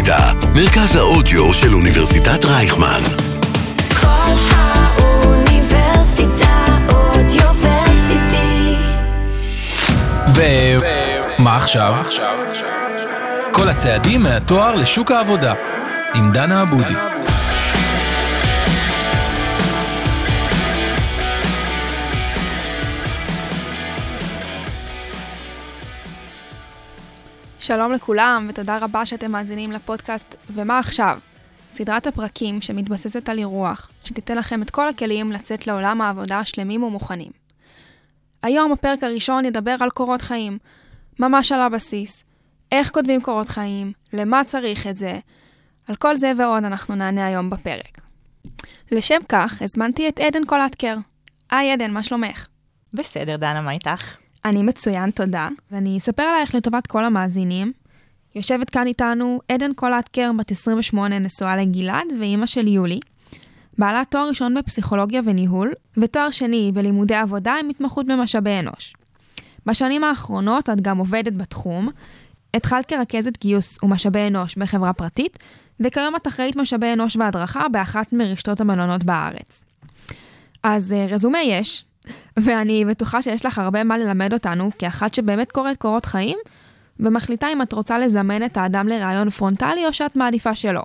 האוניברסיטה, מרכז האודיו של אוניברסיטת רייכמן. כל האוניברסיטה אודיוורסיטי. ומה עכשיו? כל הצעדים מהתואר לשוק העבודה, עם דנה אבודי. שלום לכולם, ותודה רבה שאתם מאזינים לפודקאסט ומה עכשיו? סדרת הפרקים שמתבססת על אירוח, שתיתן לכם את כל הכלים לצאת לעולם העבודה שלמים ומוכנים. היום הפרק הראשון ידבר על קורות חיים, ממש על הבסיס, איך כותבים קורות חיים, למה צריך את זה, על כל זה ועוד אנחנו נענה היום בפרק. לשם כך, הזמנתי את עדן קולטקר. היי עדן, מה שלומך? בסדר, דנה, מה איתך? אני מצוין, תודה. ואני אספר עלייך לטובת כל המאזינים. יושבת כאן איתנו עדן קולטקר, בת 28, נשואה לגלעד, ואימא של יולי. בעלת תואר ראשון בפסיכולוגיה וניהול, ותואר שני בלימודי עבודה עם התמחות במשאבי אנוש. בשנים האחרונות את גם עובדת בתחום. התחלת כרכזת גיוס ומשאבי אנוש בחברה פרטית, וכיום את אחראית משאבי אנוש והדרכה באחת מרשתות המלונות בארץ. אז רזומה יש, ואני בטוחה שיש לך הרבה מה ללמד אותנו, כאחת שבאמת קוראת קורות חיים, ומחליטה אם את רוצה לזמן את האדם לרעיון פרונטלי, או שאת מעדיפה שלא.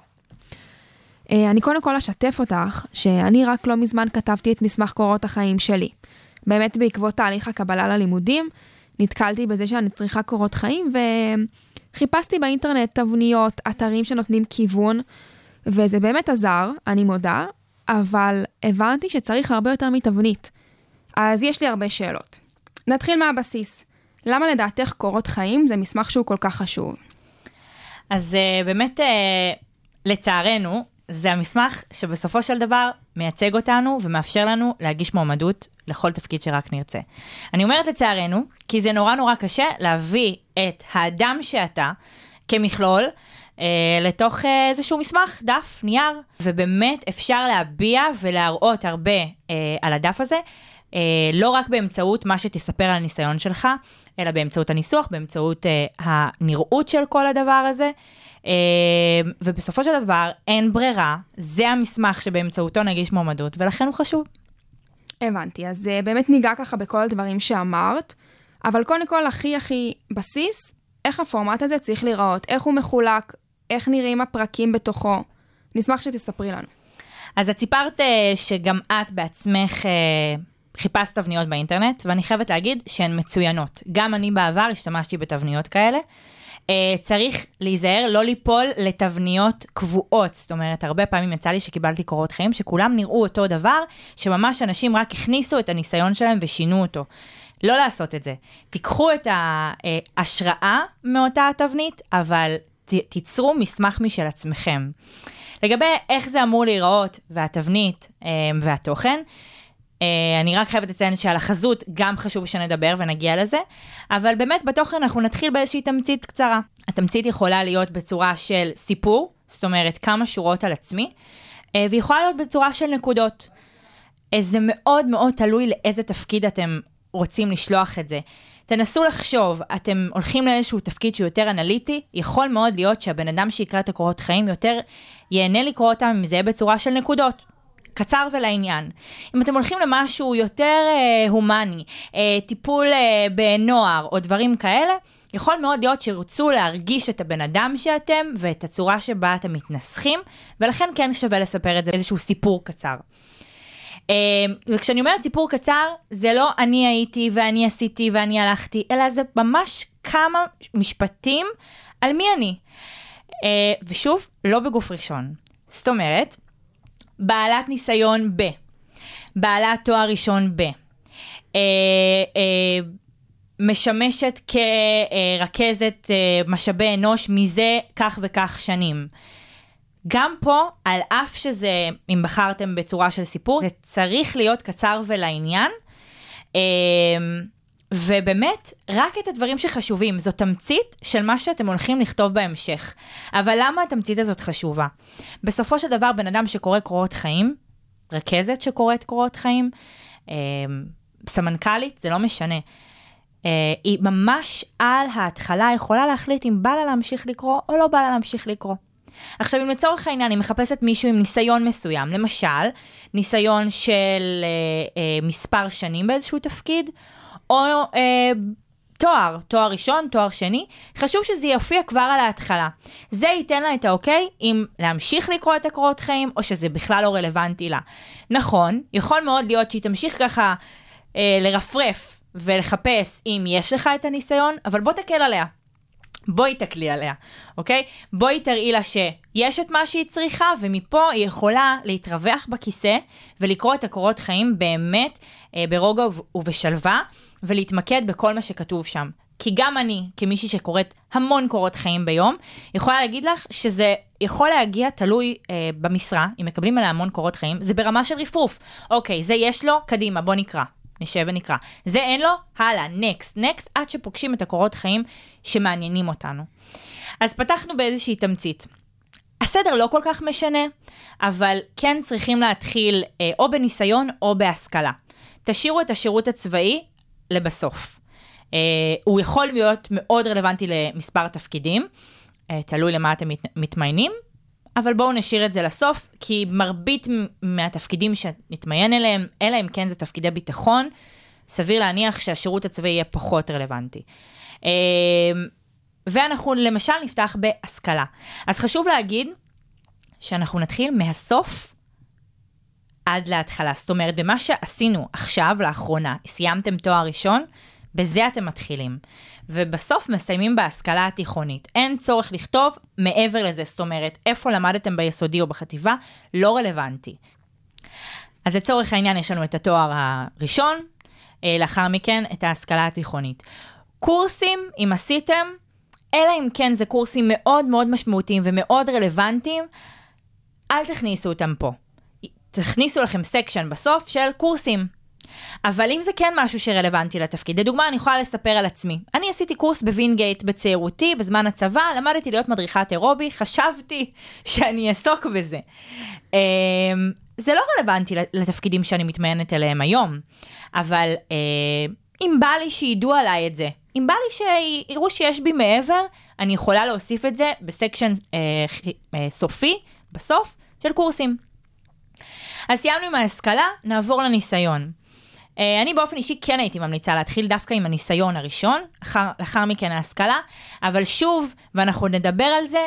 אני קודם כל אשתף אותך, שאני רק לא מזמן כתבתי את מסמך קורות החיים שלי. באמת בעקבות תהליך הקבלה ללימודים, נתקלתי בזה שאני צריכה קורות חיים, וחיפשתי באינטרנט תבניות, אתרים שנותנים כיוון, וזה באמת עזר, אני מודה, אבל הבנתי שצריך הרבה יותר מתבנית. אז יש לי הרבה שאלות. נתחיל מהבסיס. למה לדעתך קורות חיים זה מסמך שהוא כל כך חשוב? אז באמת, לצערנו, זה המסמך שבסופו של דבר מייצג אותנו ומאפשר לנו להגיש מועמדות לכל תפקיד שרק נרצה. אני אומרת לצערנו, כי זה נורא נורא קשה להביא את האדם שאתה כמכלול לתוך איזשהו מסמך, דף, נייר, ובאמת אפשר להביע ולהראות הרבה על הדף הזה, לא רק באמצעות מה שתספר על הניסיון שלך, אלא באמצעות הניסוח, באמצעות הנראות של כל הדבר הזה, ובסופו של דבר אין ברירה, זה המסמך שבאמצעותו נגיש מועמדות, ולכן הוא חשוב. הבנתי, אז באמת ניגע ככה בכל הדברים שאמרת, אבל קודם כל הכי בסיס, איך הפורמט הזה צריך להיראות, איך הוא מחולק, איך נראים הפרקים בתוכו, נשמח שתספרי לנו. אז את סיפרת שגם את בעצמך חיפשת תבניות באינטרנט, ואני חייבת להגיד שהן מצוינות. גם אני בעבר השתמשתי בתבניות כאלה. צריך להיזהר, לא ליפול לתבניות קבועות. זאת אומרת, הרבה פעמים יצא לי שקיבלתי קורות חיים, שכולם נראו אותו דבר, שממש אנשים רק הכניסו את הניסיון שלהם ושינו אותו. לא לעשות את זה. תיקחו את ההשראה מאותה התבנית, אבל תיצרו מסמך משל עצמכם. לגבי איך זה אמור להיראות, והתבנית והתוכן, אני רק חייבת לציין שעל החזות גם חשוב שנדבר ונגיע לזה, אבל באמת בתוכן אנחנו נתחיל באיזושהי תמצית קצרה. התמצית יכולה להיות בצורה של סיפור, זאת אומרת כמה שורות על עצמי, ויכולה להיות בצורה של נקודות. זה מאוד מאוד תלוי לאיזה תפקיד אתם רוצים לשלוח את זה. תנסו לחשוב, אתם הולכים לאיזשהו תפקיד שהוא יותר אנליטי, יכול מאוד להיות שהבן אדם שיקרא את הקורות חיים יותר ייהנה לקרוא אותם אם זה בצורה של נקודות. קצר ולעניין. אם אתם הולכים למשהו יותר הומני, טיפול בנוער או דברים כאלה, יכול מאוד להיות שרצו להרגיש את הבן אדם שאתם ואת הצורה שבה אתם מתנסחים, ולכן כן שווה לספר את זה איזשהו סיפור קצר. וכשאני אומרת סיפור קצר, זה לא אני הייתי ואני עשיתי ואני הלכתי, אלא זה ממש כמה משפטים על מי אני. ושוב, לא בגוף ראשון. זאת אומרת, בעלת ניסיון בעלת תואר ראשון משמשת כרכזת משאבי אנוש מזה כך וכך שנים. גם פה, על אף שזה, אם בחרתם בצורה של סיפור, זה צריך להיות קצר ולעניין, ובאמת, רק את הדברים שחשובים, זו תמצית של מה שאתם הולכים לכתוב בהמשך. אבל למה התמצית הזאת חשובה? בסופו של דבר, בן אדם שקורא קורות חיים, רכזת שקוראת קורות חיים, סמנכלית, זה לא משנה. היא ממש על ההתחלה יכולה להחליט אם בא לה להמשיך לקרוא או לא בא לה להמשיך לקרוא. עכשיו, אם לצורך העניין, אני מחפשת מישהו עם ניסיון מסוים, למשל, ניסיון של מספר שנים באיזשהו תפקיד, או תואר ראשון, תואר שני, חשוב שזה יופיע כבר על ההתחלה. זה ייתן לה את האוקיי, אם להמשיך לקרוא את הקורות חיים, או שזה בכלל לא רלוונטי לה. נכון, יכול מאוד להיות שהיא תמשיך ככה לרפרף ולחפש אם יש לך את הניסיון, אבל בוא תקל עליה. בואי תקלי עליה, אוקיי? בואי תראי לה שיש את מה שהיא צריכה, ומפה היא יכולה להתרווח בכיסא, ולקרוא את הקורות חיים באמת ברוגע ובשלווה, ולהתמקד בכל מה שכתוב שם. כי גם אני, כמישהי שקוראת המון קורות חיים ביום, יכולה להגיד לך שזה יכול להגיע תלוי במשרה, אם מקבלים עליה המון קורות חיים, זה ברמה של רפרוף. אוקיי, זה יש לו, קדימה, בוא נקרא. נשב ונקרא. זה אין לו, הלאה, next, עד שפוגשים את הקורות חיים שמעניינים אותנו. אז פתחנו באיזושהי תמצית. הסדר לא כל כך משנה, אבל כן צריכים להתחיל או בניסיון או בהשכלה. תשאירו את השירות הצבאי לבסוף. הוא יכול להיות מאוד רלוונטי למספר תפקידים, תלוי למה אתם מתמיינים, אבל בואו נשאיר את זה לסוף, כי מרבית מהתפקידים שנתמיין אליהם, אלא אם כן זה תפקידי ביטחון, סביר להניח שהשירות הצבאי יהיה פחות רלוונטי. ואנחנו למשל נפתח בהשכלה. אז חשוב להגיד שאנחנו נתחיל מהסוף עד להתחלה. זאת אומרת, במה שעשינו עכשיו, לאחרונה, סיימתם תואר ראשון, בזה אתם מתחילים. ובסוף מסיימים בהשכלה התיכונית. אין צורך לכתוב מעבר לזה, זאת אומרת, איפה למדתם ביסודי או בחטיבה, לא רלוונטי. אז לצורך העניין יש לנו את התואר הראשון, לאחר מכן את ההשכלה התיכונית. קורסים, אם עשיתם, אלא אם כן זה קורסים מאוד מאוד משמעותיים ומאוד רלוונטיים, אל תכניסו אותם פה. תכניסו לכם סקשן בסוף של קורסים. אבל אם זה כן משהו שרלוונטי לתפקיד, לדוגמה אני יכולה לספר על עצמי. אני עשיתי קורס בווינגייט בצעירותי, בזמן הצבא, למדתי להיות מדריכת אירובי, חשבתי שאני אעסוק בזה. זה לא רלוונטי לתפקידים שאני מתמיינת אליהם היום, אבל אם בא לי שידעו עליי את זה, אם בא לי שיראו שיש בי מעבר, אני יכולה להוסיף את זה בסקשן סופי, בסוף, של קורסים. אז סיימנו עם ההשכלה, נעבור לניסיון. אני באופן אישי כן הייתי ממליצה להתחיל דווקא עם הניסיון הראשון, לאחר מכן ההשכלה, אבל שוב, ואנחנו נדבר על זה,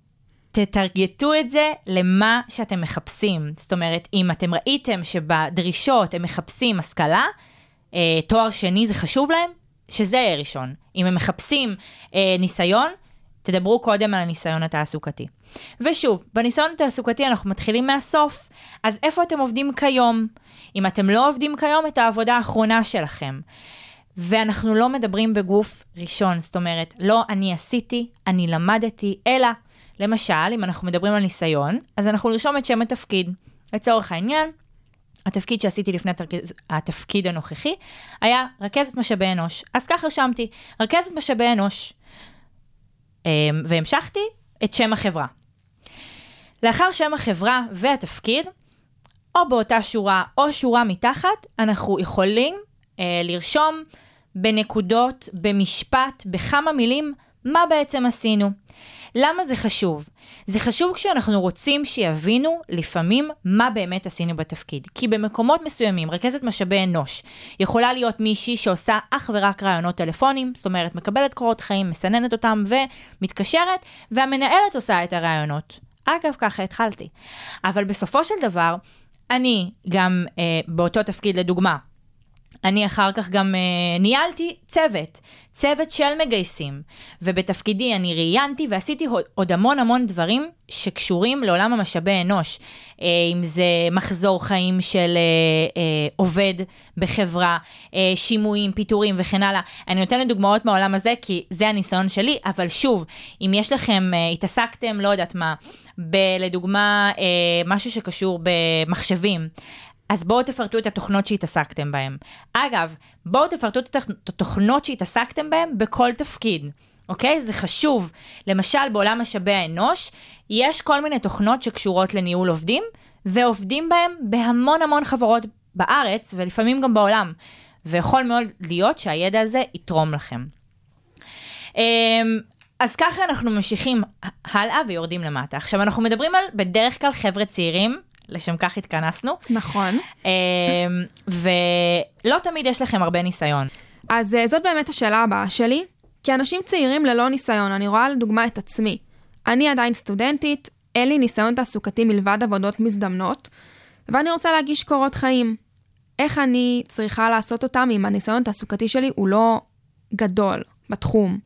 תתרגטו את זה למה שאתם מחפשים. זאת אומרת, אם אתם ראיתם שבדרישות הם מחפשים השכלה, תואר שני זה חשוב להם, שזה יהיה ראשון. אם הם מחפשים ניסיון, תדברו קודם על הניסיון התעסוקתי. ושוב, בניסיון התעסוקתי אנחנו מתחילים מהסוף, אז איפה אתם עובדים כיום? אם אתם לא עובדים כיום, את העבודה האחרונה שלכם. ואנחנו לא מדברים בגוף ראשון, זאת אומרת, לא אני עשיתי, אני למדתי, אלא, למשל, אם אנחנו מדברים על ניסיון, אז אנחנו נרשום את שם התפקיד. לצורך העניין, התפקיד שעשיתי לפני התפקיד הנוכחי, היה רכזת משאבי אנוש. אז כך רשמתי, רכזת משאבי אנוש. והמשכתי את שם החברה. לאחר שם החברה והתפקיד, או באותה שורה או שורה מתחת, אנחנו יכולים לרשום בנקודות, במשפט, בכמה מילים, מה בעצם עשינו. למה זה חשוב? זה חשוב כשאנחנו רוצים שיבינו לפעמים מה באמת עשינו בתפקיד. כי במקומות מסוימים, רכזת משאבי אנוש יכולה להיות מישהי שעושה אך ורק רעיונות טלפונים, זאת אומרת, מקבלת קורות חיים, מסננת אותם ומתקשרת, והמנהלת עושה את הרעיונות. אגב, ככה התחלתי. אבל בסופו של דבר, אני גם באותו תפקיד לדוגמה, אני אחר כך גם ניהלתי צוות של מגייסים, ובתפקידי אני ראיינתי ועשיתי עוד המון דברים שקשורים לעולם המשאבי אנוש, אם זה מחזור חיים של עובד בחברה, שימועים, פיטורים וכן הלאה. אני נותנת דוגמאות מהעולם הזה כי זה הניסיון שלי, אבל שוב, אם יש לכם, התעסקתם, לא יודעת מה, לדוגמה משהו שקשור במחשבים, אז בואו תפרטו את התוכנות שהתעסקתם בהן. אגב, בואו תפרטו את התוכנות שהתעסקתם בהן בכל תפקיד. אוקיי? זה חשוב. למשל, בעולם משאבי האנוש, יש כל מיני תוכנות שקשורות לניהול עובדים, ועובדים בהן בהמון חברות בארץ, ולפעמים גם בעולם. ויכול מאוד להיות שהידע הזה יתרום לכם. אז ככה אנחנו ממשיכים הלאה ויורדים למטה. עכשיו אנחנו מדברים על בדרך כלל חבר'ה צעירים, לשם כך התכנסנו. נכון. ולא תמיד יש לכם הרבה ניסיון. אז זאת באמת השאלה הבאה שלי, כי אנשים צעירים ללא ניסיון, אני רואה לדוגמה את עצמי. אני עדיין סטודנטית, אין לי ניסיון תעסוקתי מלבד עבודות מזדמנות, ואני רוצה להגיש קורות חיים. איך אני צריכה לעשות אותם אם הניסיון התעסוקתי שלי הוא לא גדול בתחום?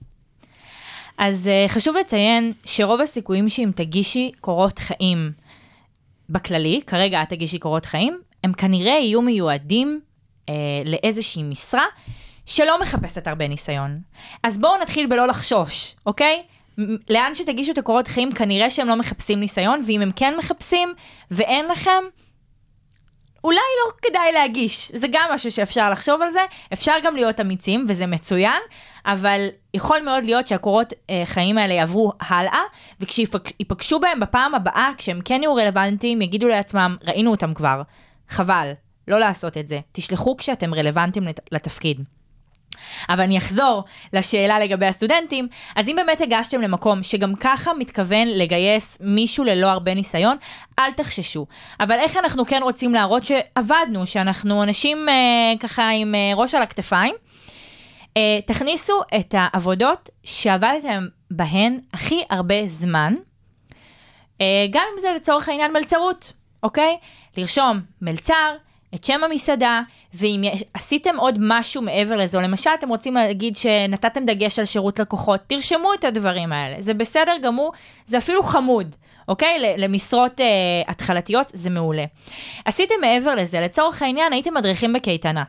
אז חשוב לציין שרוב הסיכויים שאם תגישי קורות חיים בכללי, כרגע את תגישי קורות חיים, הם כנראה יהיו מיועדים לאיזושהי משרה שלא מחפשת הרבה ניסיון. אז בואו נתחיל בלא לחשוש, אוקיי? לאן שתגישו את הקורות חיים, כנראה שהם לא מחפשים ניסיון, ואם הם כן מחפשים ואין לכם, אולי לא כדאי להגיש. זה גם משהו שאפשר לחשוב על זה. אפשר גם להיות אמיצים, וזה מצוין, אבל יכול מאוד להיות שהקורות חיים האלה יעברו הלאה, וכשיפגשו בהם בפעם הבאה, כשהם כן יהיו רלוונטיים, יגידו לעצמם, ראינו אותם כבר. חבל, לא לעשות את זה. תשלחו כשאתם רלוונטיים לתפקיד. אבל אני אחזור לשאלה לגבי הסטודנטים, אז אם באמת הגשתם למקום שגם ככה מתכוון לגייס מישהו ללא הרבה ניסיון, אל תחששו. אבל איך אנחנו כן רוצים להראות שעבדנו, שאנחנו אנשים ככה עם ראש על הכתפיים, תכניסו את העבודות שעבדתם בהן הכי הרבה זמן, גם אם זה לצורך העניין מלצרות, אוקיי? לרשום מלצר, את שם המסעדה, ואם עשיתם עוד משהו מעבר לזו, למשל אתם רוצים להגיד שנתתם דגש על שירות לקוחות, תרשמו את הדברים האלה, זה בסדר גמור, זה אפילו חמוד, אוקיי? למשרות התחלתיות זה מעולה. עשיתם מעבר לזה, לצורך העניין הייתם מדריכים בקייטנה,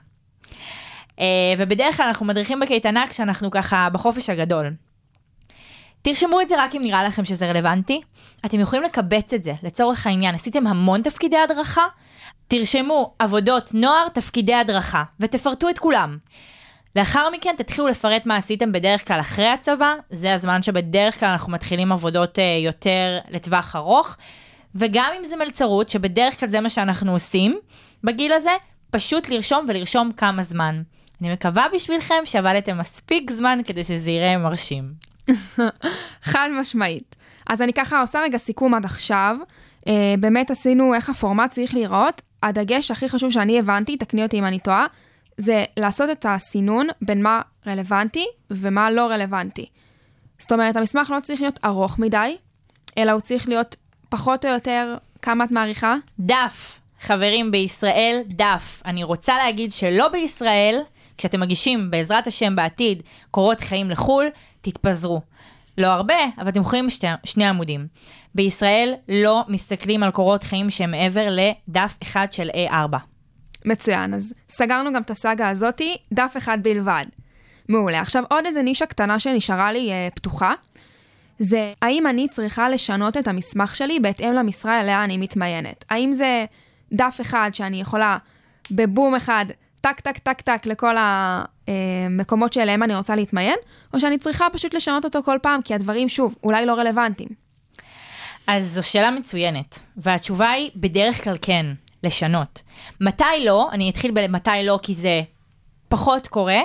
ובדרך כלל אנחנו מדריכים בקייטנה כשאנחנו ככה בחופש הגדול. תרשמו את זה רק אם נראה לכם שזה רלוונטי, אתם יכולים לקבץ את זה, לצורך העניין, עשיתם המון תפקידי הדרכה, תרשמו עבודות נוער, תפקידי הדרכה, ותפרטו את כולם. לאחר מכן תתחילו לפרט מה עשיתם בדרך כלל אחרי הצבא, זה הזמן שבדרך כלל אנחנו מתחילים עבודות יותר לטווח ארוך, וגם אם זה מלצרות, שבדרך כלל זה מה שאנחנו עושים בגיל הזה, פשוט לרשום ולרשום כמה זמן. אני מקווה בשבילכם שעבדתם מספיק זמן כדי שזה יראה מרשים. חד משמעית. אז אני ככה עושה רגע סיכום עד עכשיו. באמת עשינו איך הפורמט צריך להיראות. הדגש הכי חשוב שאני הבנתי, תקני אותי אם אני טועה, זה לעשות את הסינון בין מה רלוונטי ומה לא רלוונטי. זאת אומרת, המסמך לא צריך להיות ארוך מדי, אלא הוא צריך להיות פחות או יותר, כמה את מעריכה? דף. חברים, בישראל, דף. אני רוצה להגיד שלא בישראל, כשאתם מגישים בעזרת השם בעתיד קורות חיים לחול, תתפזרו. לא הרבה, אבל אתם יכולים שני עמודים. בישראל לא מסתכלים על קורות חיים שהם מעבר לדף אחד של A4. מצוין, אז סגרנו גם את הסאגה הזאת, דף אחד בלבד. מעולה. עכשיו עוד איזה נישה קטנה שנשארה לי פתוחה, זה האם אני צריכה לשנות את המסמך שלי בהתאם למשרה אליה אני מתמיינת. האם זה דף אחד שאני יכולה בבום אחד, טק, טק, טק, טק, לכל המקומות שאליהם אני רוצה להתמיין, או שאני צריכה פשוט לשנות אותו כל פעם, כי הדברים, שוב, אולי לא רלוונטיים. אז זו שאלה מצוינת, והתשובה היא בדרך כלל כן, לשנות. מתי לא? אני אתחיל במתי לא, כי זה פחות קורה.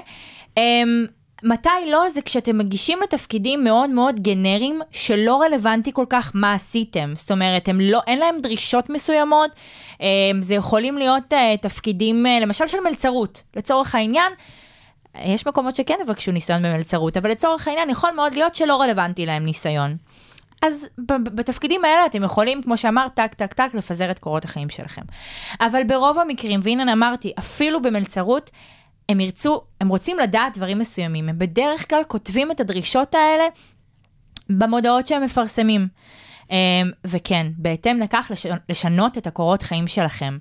מתי לא? זה כשאתם מגישים את תפקידים מאוד מאוד גנריים, שלא רלוונטי כל כך מה עשיתם. זאת אומרת, אין להם דרישות מסוימות, זה יכולים להיות תפקידים, למשל של מלצרות. לצורך העניין, יש מקומות שכן יבקשו ניסיון במלצרות, אבל לצורך העניין יכול מאוד להיות שלא רלוונטי להם ניסיון. אז בתפקידים האלה אתם יכולים, כמו שאמרת, טק, טק, טק, לפזר את קורות החיים שלכם. אבל ברוב המקרים, והנה אמרתי, אפילו במלצרות, הם רוצים לדעת דברים מסוימים. הם בדרך כלל כותבים את הדרישות האלה במודעות שהם מפרסמים. וכן, בהתאם לכך לשנות את הקורות חיים שלכם.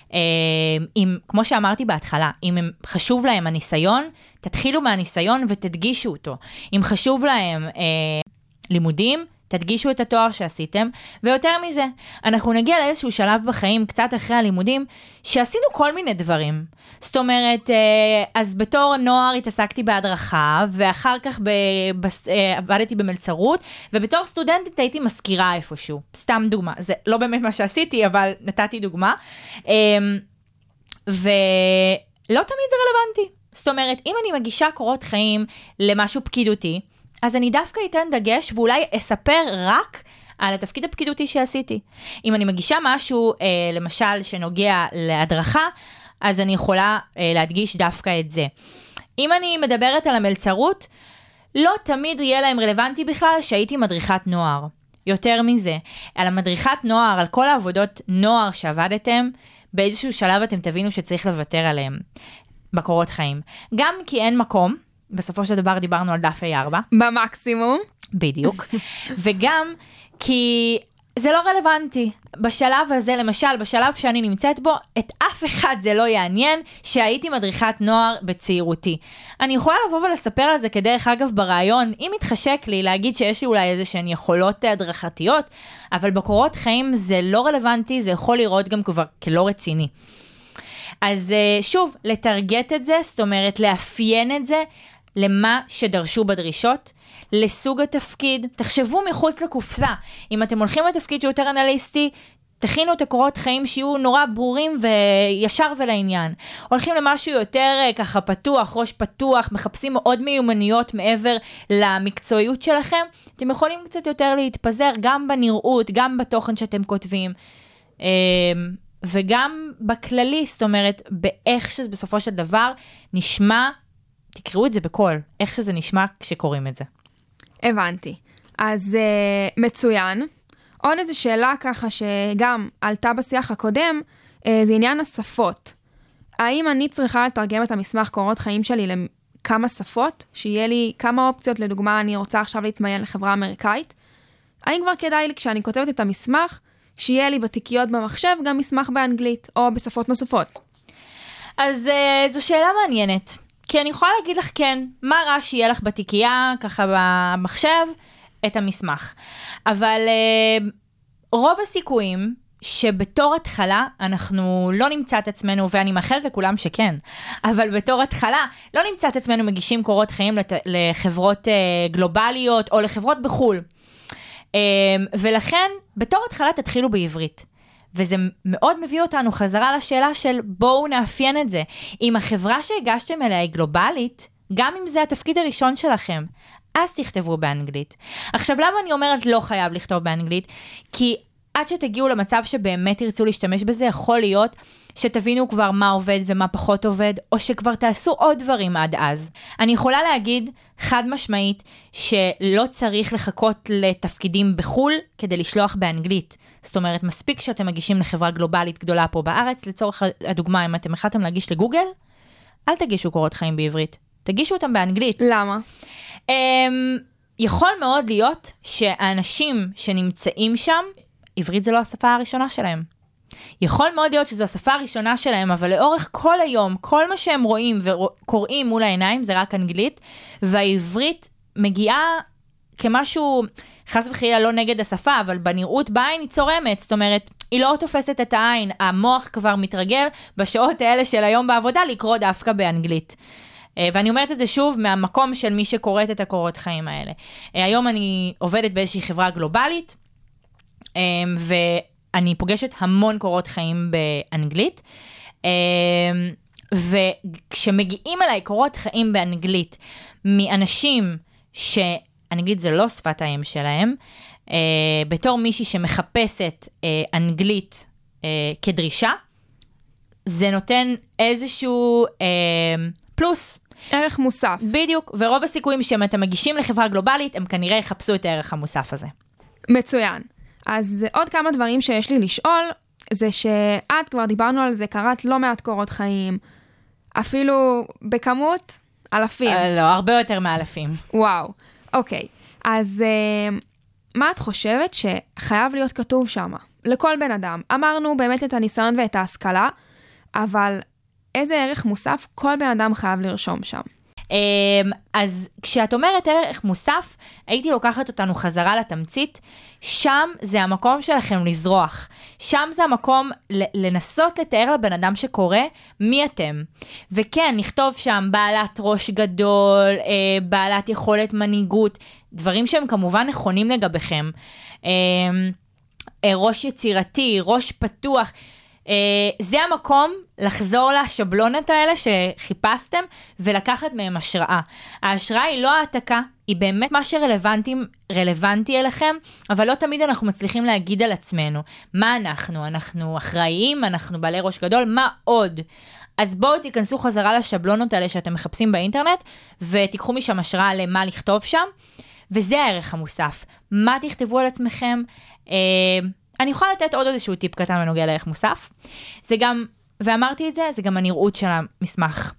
כמו שאמרתי בהתחלה, אם חשוב להם הניסיון, תתחילו מהניסיון ותדגישו אותו. אם חשוב להם לימודים, תדגישו את התואר שעשיתם, ויותר מזה, אנחנו נגיע לאיזשהו שלב בחיים, קצת אחרי הלימודים, שעשינו כל מיני דברים. זאת אומרת, אז בתור נוער התעסקתי בהדרכה, ואחר כך עבדתי במלצרות, ובתור סטודנטית הייתי מזכירה איפשהו. סתם דוגמה. זה לא באמת מה שעשיתי, אבל נתתי דוגמה. ולא תמיד זה רלוונטי. זאת אומרת, אם אני מגישה קורות חיים למשהו פקידותי, אז אני דווקא אתן דגש, ואולי אספר רק על התפקיד הפקידותי שעשיתי. אם אני מגישה משהו, למשל, שנוגע להדרכה, אז אני יכולה להדגיש דווקא את זה. אם אני מדברת על המלצרות, לא תמיד יהיה להם רלוונטי בכלל שהייתי מדריכת נוער. יותר מזה, על המדריכת נוער, על כל העבודות נוער שעבדתם, באיזשהו שלב אתם תבינו שצריך לוותר עליהם בקורות חיים. גם כי אין מקום, בסופו של דבר דיברנו על דף A4. במקסימום. בדיוק. וגם כי זה לא רלוונטי. בשלב הזה, למשל, בשלב שאני נמצאת בו, את אף אחד זה לא יעניין שהייתי מדריכת נוער בצעירותי. אני יכולה לבוא ולספר על זה כדרך אגב ברעיון, אם מתחשק לי להגיד שיש לי אולי איזה שהן יכולות הדרכתיות, אבל בקורות חיים זה לא רלוונטי, זה יכול לראות גם כבר כלא רציני. אז שוב, לטרגט את זה, זאת אומרת, לאפיין את זה למה שדרשו בדרישות, לסוג התפקיד, תחשבו מחוץ לקופסה. אם אתם הולכים לתפקיד שהוא יותר אנליסטי, תכינו את הקורות חיים שיהיו נורא ברורים וישר ולעניין. הולכים למשהו יותר ככה פתוח, ראש פתוח, מחפשים עוד מיומנויות מעבר למקצועיות שלכם, אתם יכולים קצת יותר להתפזר גם בנראות, גם בתוכן שאתם כותבים, וגם בכללי, זאת אומרת, באיך שזה בסופו של דבר נשמע, תקראו את זה בקול, איך שזה נשמע כשקוראים את זה. הבנתי. אז מצוין. עוד איזו שאלה ככה שגם עלתה בשיח הקודם, זה עניין השפות. האם אני צריכה לתרגם את המסמך קורות חיים שלי לכמה שפות? שיהיה לי כמה אופציות, לדוגמה, אני רוצה עכשיו להתמיין לחברה אמריקאית. האם כבר כדאי לי כשאני כותבת את המסמך, שיהיה לי בתיקיות במחשב גם מסמך באנגלית או בשפות נוספות? אז זו שאלה מעניינת. כי אני יכולה להגיד לך כן, מה רע שיהיה לך בתיקייה, ככה במחשב, את המסמך. אבל רוב הסיכויים שבתור התחלה אנחנו לא נמצא את עצמנו, ואני מאחלת לכולם שכן, אבל בתור התחלה לא נמצא את עצמנו מגישים קורות חיים לחברות גלובליות או לחברות בחול. ולכן בתור התחלה תתחילו בעברית. וזה מאוד מביא אותנו חזרה לשאלה של בואו נאפיין את זה. אם החברה שהגשתם אליה היא גלובלית, גם אם זה התפקיד הראשון שלכם, אז תכתבו באנגלית. עכשיו, למה אני אומרת לא חייב לכתוב באנגלית? כי עד שתגיעו למצב שבאמת תרצו להשתמש בזה, יכול להיות שתבינו כבר מה עובד ומה פחות עובד, או שכבר תעשו עוד דברים עד אז. אני יכולה להגיד חד משמעית שלא צריך לחכות לתפקידים בחול כדי לשלוח באנגלית. זאת אומרת, מספיק שאתם מגישים לחברה גלובלית גדולה פה בארץ, לצורך הדוגמה, אם אתם החלטתם להגיש לגוגל, אל תגישו קורות חיים בעברית, תגישו אותם באנגלית. למה? יכול מאוד להיות שהאנשים שנמצאים שם, עברית זה לא השפה הראשונה שלהם. יכול מאוד להיות שזו השפה הראשונה שלהם, אבל לאורך כל היום, כל מה שהם רואים וקוראים מול העיניים, זה רק אנגלית, והעברית מגיעה כמשהו, חס וחלילה לא נגד השפה, אבל בנראות בעין היא צורמת, זאת אומרת, היא לא תופסת את העין, המוח כבר מתרגל בשעות האלה של היום בעבודה לקרוא דווקא באנגלית. ואני אומרת את זה שוב מהמקום של מי שקוראת את הקורות חיים האלה. היום אני עובדת באיזושהי חברה גלובלית, ואני פוגשת המון קורות חיים באנגלית, וכשמגיעים אליי קורות חיים באנגלית מאנשים שאנגלית זה לא שפת האם שלהם, בתור מישהי שמחפשת אנגלית כדרישה, זה נותן איזשהו פלוס. ערך מוסף. בדיוק, ורוב הסיכויים שאם אתם מגישים לחברה גלובלית, הם כנראה יחפשו את הערך המוסף הזה. מצוין. אז עוד כמה דברים שיש לי לשאול, זה שאת כבר דיברנו על זה, קראת לא מעט קורות חיים, אפילו בכמות אלפים. לא, הרבה יותר מאלפים. וואו, אוקיי. אז מה את חושבת שחייב להיות כתוב שם? לכל בן אדם. אמרנו באמת את הניסיון ואת ההשכלה, אבל איזה ערך מוסף כל בן אדם חייב לרשום שם? אז כשאת אומרת ערך מוסף, הייתי לוקחת אותנו חזרה לתמצית, שם זה המקום שלכם לזרוח, שם זה המקום לנסות לתאר לבן אדם שקורא מי אתם, וכן, נכתוב שם בעלת ראש גדול, בעלת יכולת מנהיגות, דברים שהם כמובן נכונים לגביכם, ראש יצירתי, ראש פתוח, זה המקום לחזור לשבלונות האלה שחיפשתם ולקחת מהם השראה. ההשראה היא לא העתקה, היא באמת מה שרלוונטי אליכם, אבל לא תמיד אנחנו מצליחים להגיד על עצמנו. מה אנחנו? אנחנו אחראיים, אנחנו בעלי ראש גדול, מה עוד? אז בואו תיכנסו חזרה לשבלונות האלה שאתם מחפשים באינטרנט, ותיקחו משם השראה למה לכתוב שם, וזה הערך המוסף. מה תכתבו על עצמכם? אני יכולה לתת עוד איזשהו טיפ קטן בנוגע לערך מוסף. זה גם, ואמרתי את זה, זה גם הנראות של המסמך.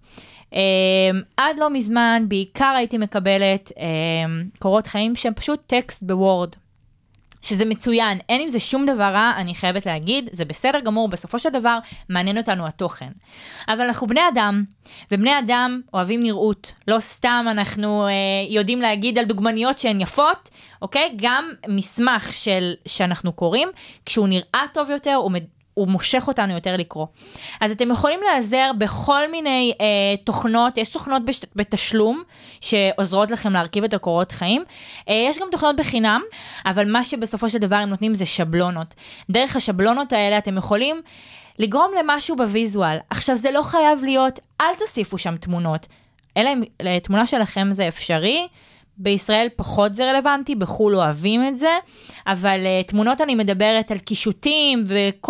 עד לא מזמן, בעיקר הייתי מקבלת קורות חיים שהם פשוט טקסט בוורד. שזה מצוין, אין עם זה שום דבר רע, אני חייבת להגיד, זה בסדר גמור, בסופו של דבר מעניין אותנו התוכן. אבל אנחנו בני אדם, ובני אדם אוהבים נראות, לא סתם אנחנו יודעים להגיד על דוגמניות שהן יפות, אוקיי? גם מסמך שאנחנו קוראים, כשהוא נראה טוב יותר, הוא מושך אותנו יותר לקרוא. אז אתם יכולים להיעזר בכל מיני תוכנות, יש תוכנות בתשלום שעוזרות לכם להרכיב את הקורות חיים, יש גם תוכנות בחינם, אבל מה שבסופו של דבר הם נותנים זה שבלונות. דרך השבלונות האלה אתם יכולים לגרום למשהו בוויזואל. עכשיו זה לא חייב להיות, אל תוסיפו שם תמונות, אלא אם תמונה שלכם זה אפשרי, בישראל פחות זה רלוונטי, בחול אוהבים את זה, אבל תמונות אני מדברת על קישוטים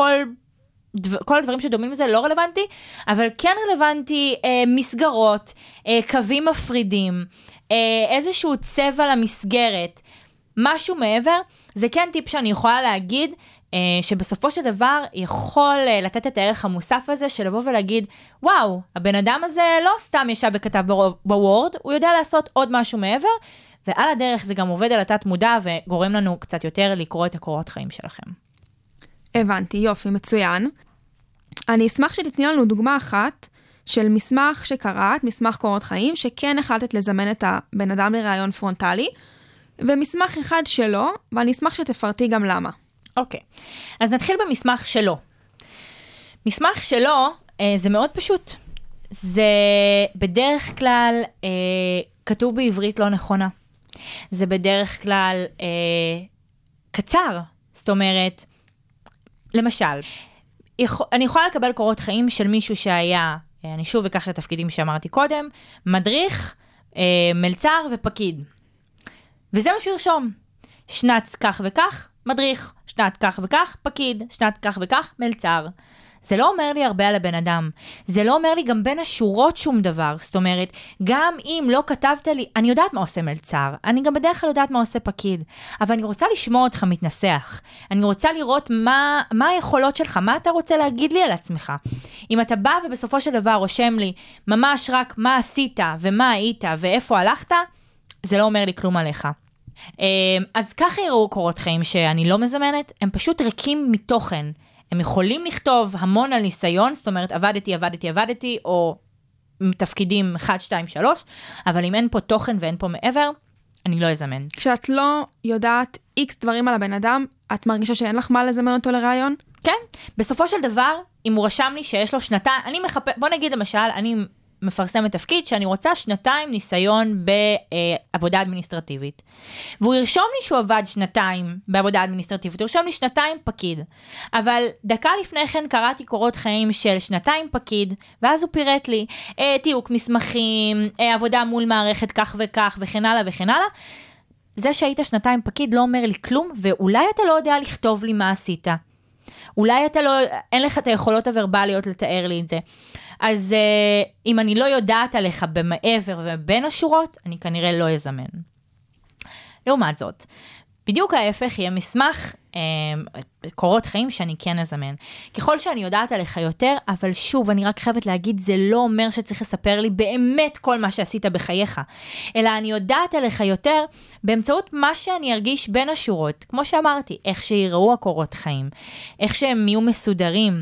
וכל הדברים שדומים לזה לא רלוונטי, אבל כן רלוונטי מסגרות, קווים מפרידים, איזשהו צבע למסגרת, משהו מעבר, זה כן טיפ שאני יכולה להגיד, שבסופו של דבר יכול לתת את הערך המוסף הזה, של לבוא ולהגיד, וואו, הבן אדם הזה לא סתם ישב וכתב בוורד, הוא יודע לעשות עוד משהו מעבר, ועל הדרך זה גם עובד על התת מודע, וגורם לנו קצת יותר לקרוא את הקורות חיים שלכם. הבנתי, יופי, מצוין. אני אשמח שתתני לנו דוגמה אחת, של מסמך שקראת, מסמך קורות חיים, שכן החלטת לזמן את הבן אדם לראיון פרונטלי, ומסמך אחד שלו, ואני אשמח שתפרטי גם למה. אוקיי, אז נתחיל במסמך שלו. מסמך שלו זה מאוד פשוט. זה בדרך כלל כתוב בעברית לא נכונה. זה בדרך כלל קצר. זאת אומרת, למשל, אני יכולה לקבל קורות חיים של מישהו שהיה, אני שוב אקח את התפקידים שאמרתי קודם, מדריך, מלצר ופקיד. וזה מה שירשום. שנת כך וכך, מדריך, שנת כך וכך, פקיד, שנת כך וכך, מלצר. זה לא אומר לי הרבה על הבן אדם. זה לא אומר לי גם בין השורות שום דבר. זאת אומרת, גם אם לא כתבת לי, אני יודעת מה עושה מלצר. אני גם בדרך כלל יודעת מה עושה פקיד. אבל אני רוצה לשמוע אותך מתנסח. אני רוצה לראות מה היכולות שלך, מה אתה רוצה להגיד לי על עצמך. אם אתה בא ובסופו של דבר רושם לי ממש רק מה עשית ומה היית ואיפה הלכת, זה לא אומר לי כלום עליך. אז ככה יראו קורות חיים שאני לא מזמנת, הם פשוט ריקים מתוכן. הם יכולים לכתוב המון על ניסיון, זאת אומרת, עבדתי, או תפקידים 1, 2, 3, אבל אם אין פה תוכן ואין פה מעבר, אני לא אזמן. כשאת לא יודעת X דברים על הבן אדם, את מרגישה שאין לך מה לזמן אותו לרעיון? כן, בסופו של דבר, אם הוא רשם לי שיש לו שנתיים, בוא נגיד למשל, אני מפרסמת תפקיד שאני רוצה 2 ניסיון בעבודה אדמיניסטרטיבית. והוא ירשום לי שהוא עבד 2 בעבודה אדמיניסטרטיבית, הוא ירשום לי 2 פקיד. אבל דקה לפני כן קראתי קורות חיים של 2 פקיד, ואז הוא פירט לי תיוק מסמכים, עבודה מול מערכת כך וכך, וכן הלאה וכן הלאה. זה שהיית 2 פקיד לא אומר לי כלום, ואולי אתה לא יודע לכתוב לי מה עשית. אולי אין לך את היכולות הוורבליות לתאר לי את זה. אז אם אני לא יודעת עליך במעבר ובין השורות, אני כנראה לא אזמן. לעומת זאת, בדיוק ההפך יהיה מסמך קורות חיים שאני כן אזמן. ככל שאני יודעת עליך יותר, אבל שוב, אני רק חייבת להגיד, זה לא אומר שצריך לספר לי באמת כל מה שעשית בחייך, אלא אני יודעת עליך יותר באמצעות מה שאני ארגיש בין השורות. כמו שאמרתי, איך שיראו הקורות חיים, איך שהם יהיו מסודרים,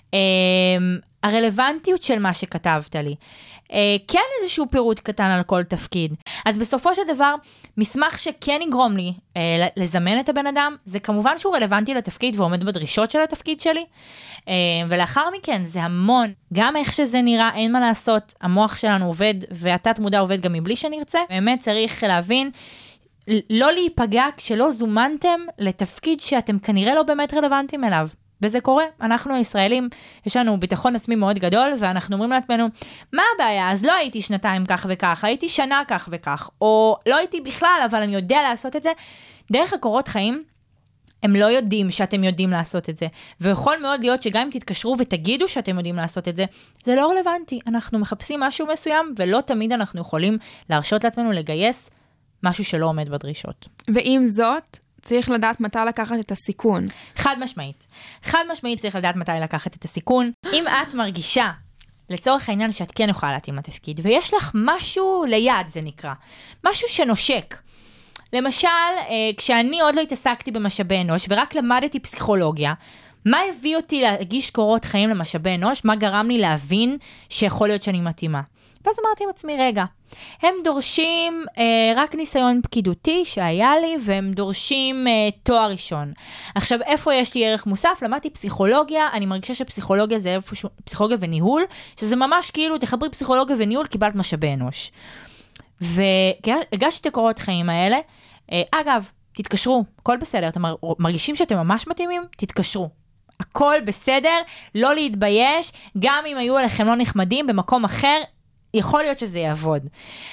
הרלוונטיות של מה שכתבת לי. כן איזשהו פירוט קטן על כל תפקיד. אז בסופו של דבר, מסמך שכן יגרום לי לזמן את הבן אדם, זה כמובן שהוא רלוונטי לתפקיד ועומד בדרישות של התפקיד שלי. ולאחר מכן זה המון, גם איך שזה נראה, אין מה לעשות, המוח שלנו עובד, והתת מודע עובד גם מבלי שנרצה. באמת צריך להבין, לא להיפגע כשלא זומנתם לתפקיד שאתם כנראה לא באמת רלוונטיים אליו. וזה קורה, אנחנו הישראלים, יש לנו ביטחון עצמי מאוד גדול, ואנחנו אומרים לעצמנו, מה הבעיה? אז לא הייתי שנתיים כך וכך, הייתי שנה כך וכך, או לא הייתי בכלל, אבל אני יודע לעשות את זה. דרך הקורות חיים, הם לא יודעים שאתם יודעים לעשות את זה, ויכול מאוד להיות שגם אם תתקשרו ותגידו שאתם יודעים לעשות את זה, זה לא רלוונטי. אנחנו מחפשים משהו מסוים, ולא תמיד אנחנו יכולים להרשות לעצמנו לגייס משהו שלא עומד בדרישות. ועם זאת, צריך לדעת מתי לקחת את הסיכון. חד משמעית. חד משמעית צריך לדעת מתי לקחת את הסיכון. אם את מרגישה, לצורך העניין שאת כן יכולה להתאים לתפקיד, ויש לך משהו ליד, זה נקרא. משהו שנושק. למשל, כשאני עוד לא התעסקתי במשאבי אנוש, ורק למדתי פסיכולוגיה, מה הביא אותי להגיש קורות חיים למשאבי אנוש? מה גרם לי להבין שיכול להיות שאני מתאימה? ואז אמרתי עם עצמי, רגע, הם דורשים רק ניסיון פקידותי שהיה לי, והם דורשים תואר ראשון. עכשיו, איפה יש לי ערך מוסף? למדתי פסיכולוגיה, אני מרגישה שפסיכולוגיה זה איפשהו, פסיכולוגיה וניהול, שזה ממש כאילו, תחברי פסיכולוגיה וניהול, קיבלת משאבי אנוש. והגשתי את הקורות חיים האלה. אגב, תתקשרו, הכל בסדר, אתם מרגישים שאתם ממש מתאימים? תתקשרו. הכל בסדר, לא להתבייש, גם אם היו עליכם לא נחמדים במקום אחר, יכול להיות שזה יעבוד.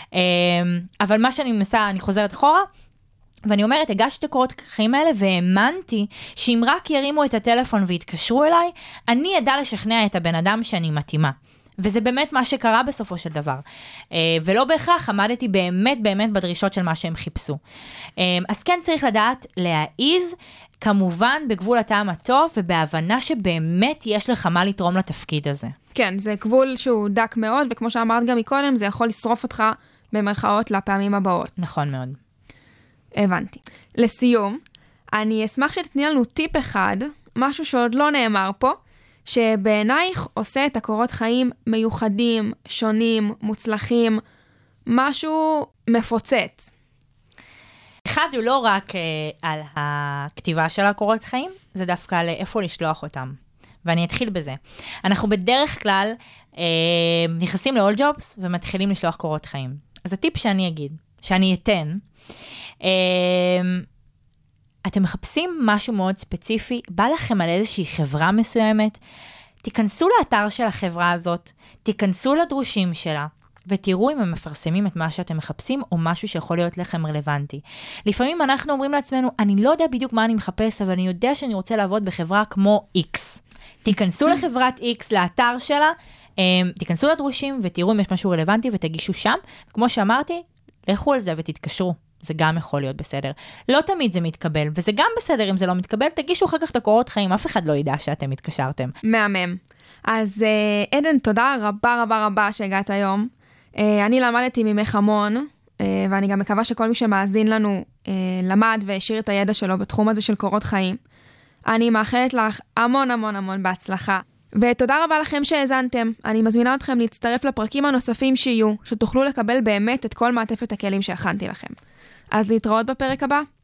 אבל מה שאני מנסה, אני חוזרת אחורה, ואני אומרת, הגשתי את הקורות חיים האלה, והאמנתי שאם רק ירימו את הטלפון והתקשרו אליי, אני ידע לשכנע את הבן אדם שאני מתאימה. וזה באמת מה שקרה בסופו של דבר. ולא בהכרח, עמדתי באמת באמת בדרישות של מה שהם חיפשו. אז כן צריך לדעת להעיז, כמובן בגבול הטעם הטוב, ובהבנה שבאמת יש לך מה לתרום לתפקיד הזה. כן, זה גבול שהוא דק מאוד, וכמו שאמרת גם מקודם, זה יכול לשרוף אותך במרכאות לפעמים הבאות. נכון מאוד. הבנתי. לסיום, אני אשמח שתתני לנו טיפ אחד, משהו שעוד לא נאמר פה, שבעינייך עושה את הקורות חיים מיוחדים, שונים, מוצלחים, משהו מפוצץ. אחד הוא לא רק על הכתיבה של הקורות חיים, זה דווקא על איפה לשלוח אותם. ואני אתחיל בזה. אנחנו בדרך כלל נכנסים ל-all jobs ומתחילים לשלוח קורות חיים. אז הטיפ שאני אגיד, שאני אתן, אתם מחפשים משהו מאוד ספציפי, בא לכם על איזושהי חברה מסוימת, תיכנסו לאתר של החברה הזאת, תיכנסו לדרושים שלה, ותראו אם הם מפרסמים את מה שאתם מחפשים, או משהו שיכול להיות לכם רלוונטי. לפעמים אנחנו אומרים לעצמנו, אני לא יודע בדיוק מה אני מחפש, אבל אני יודע שאני רוצה לעבוד בחברה כמו X. תיכנסו לחברת X, לאתר שלה, תיכנסו לדרושים, ותראו אם יש משהו רלוונטי, ותגישו שם. כמו שאמרתי, לכו על זה ותתקשרו. זה גם יכול להיות בסדר. לא תמיד זה מתקבל, וזה גם בסדר אם זה לא מתקבל, תגישו אחר כך את הקורות חיים, אף אחד לא ידע שאתם התקשרתם. מהמם. אז עדן, תודה רבה רבה רבה שהגעת היום. אני למדתי ממך המון, ואני גם מקווה שכל מי שמאזין לנו למד והשאיר את הידע שלו בתחום הזה של קורות חיים. אני מאחלת לך המון המון המון בהצלחה. ותודה רבה לכם שהאזנתם. אני מזמינה אתכם להצטרף לפרקים הנוספים שיהיו, שתוכלו לקבל באמת את כל מעטפת הכלים שהכנתי לכם. אז להתראות בפרק הבא.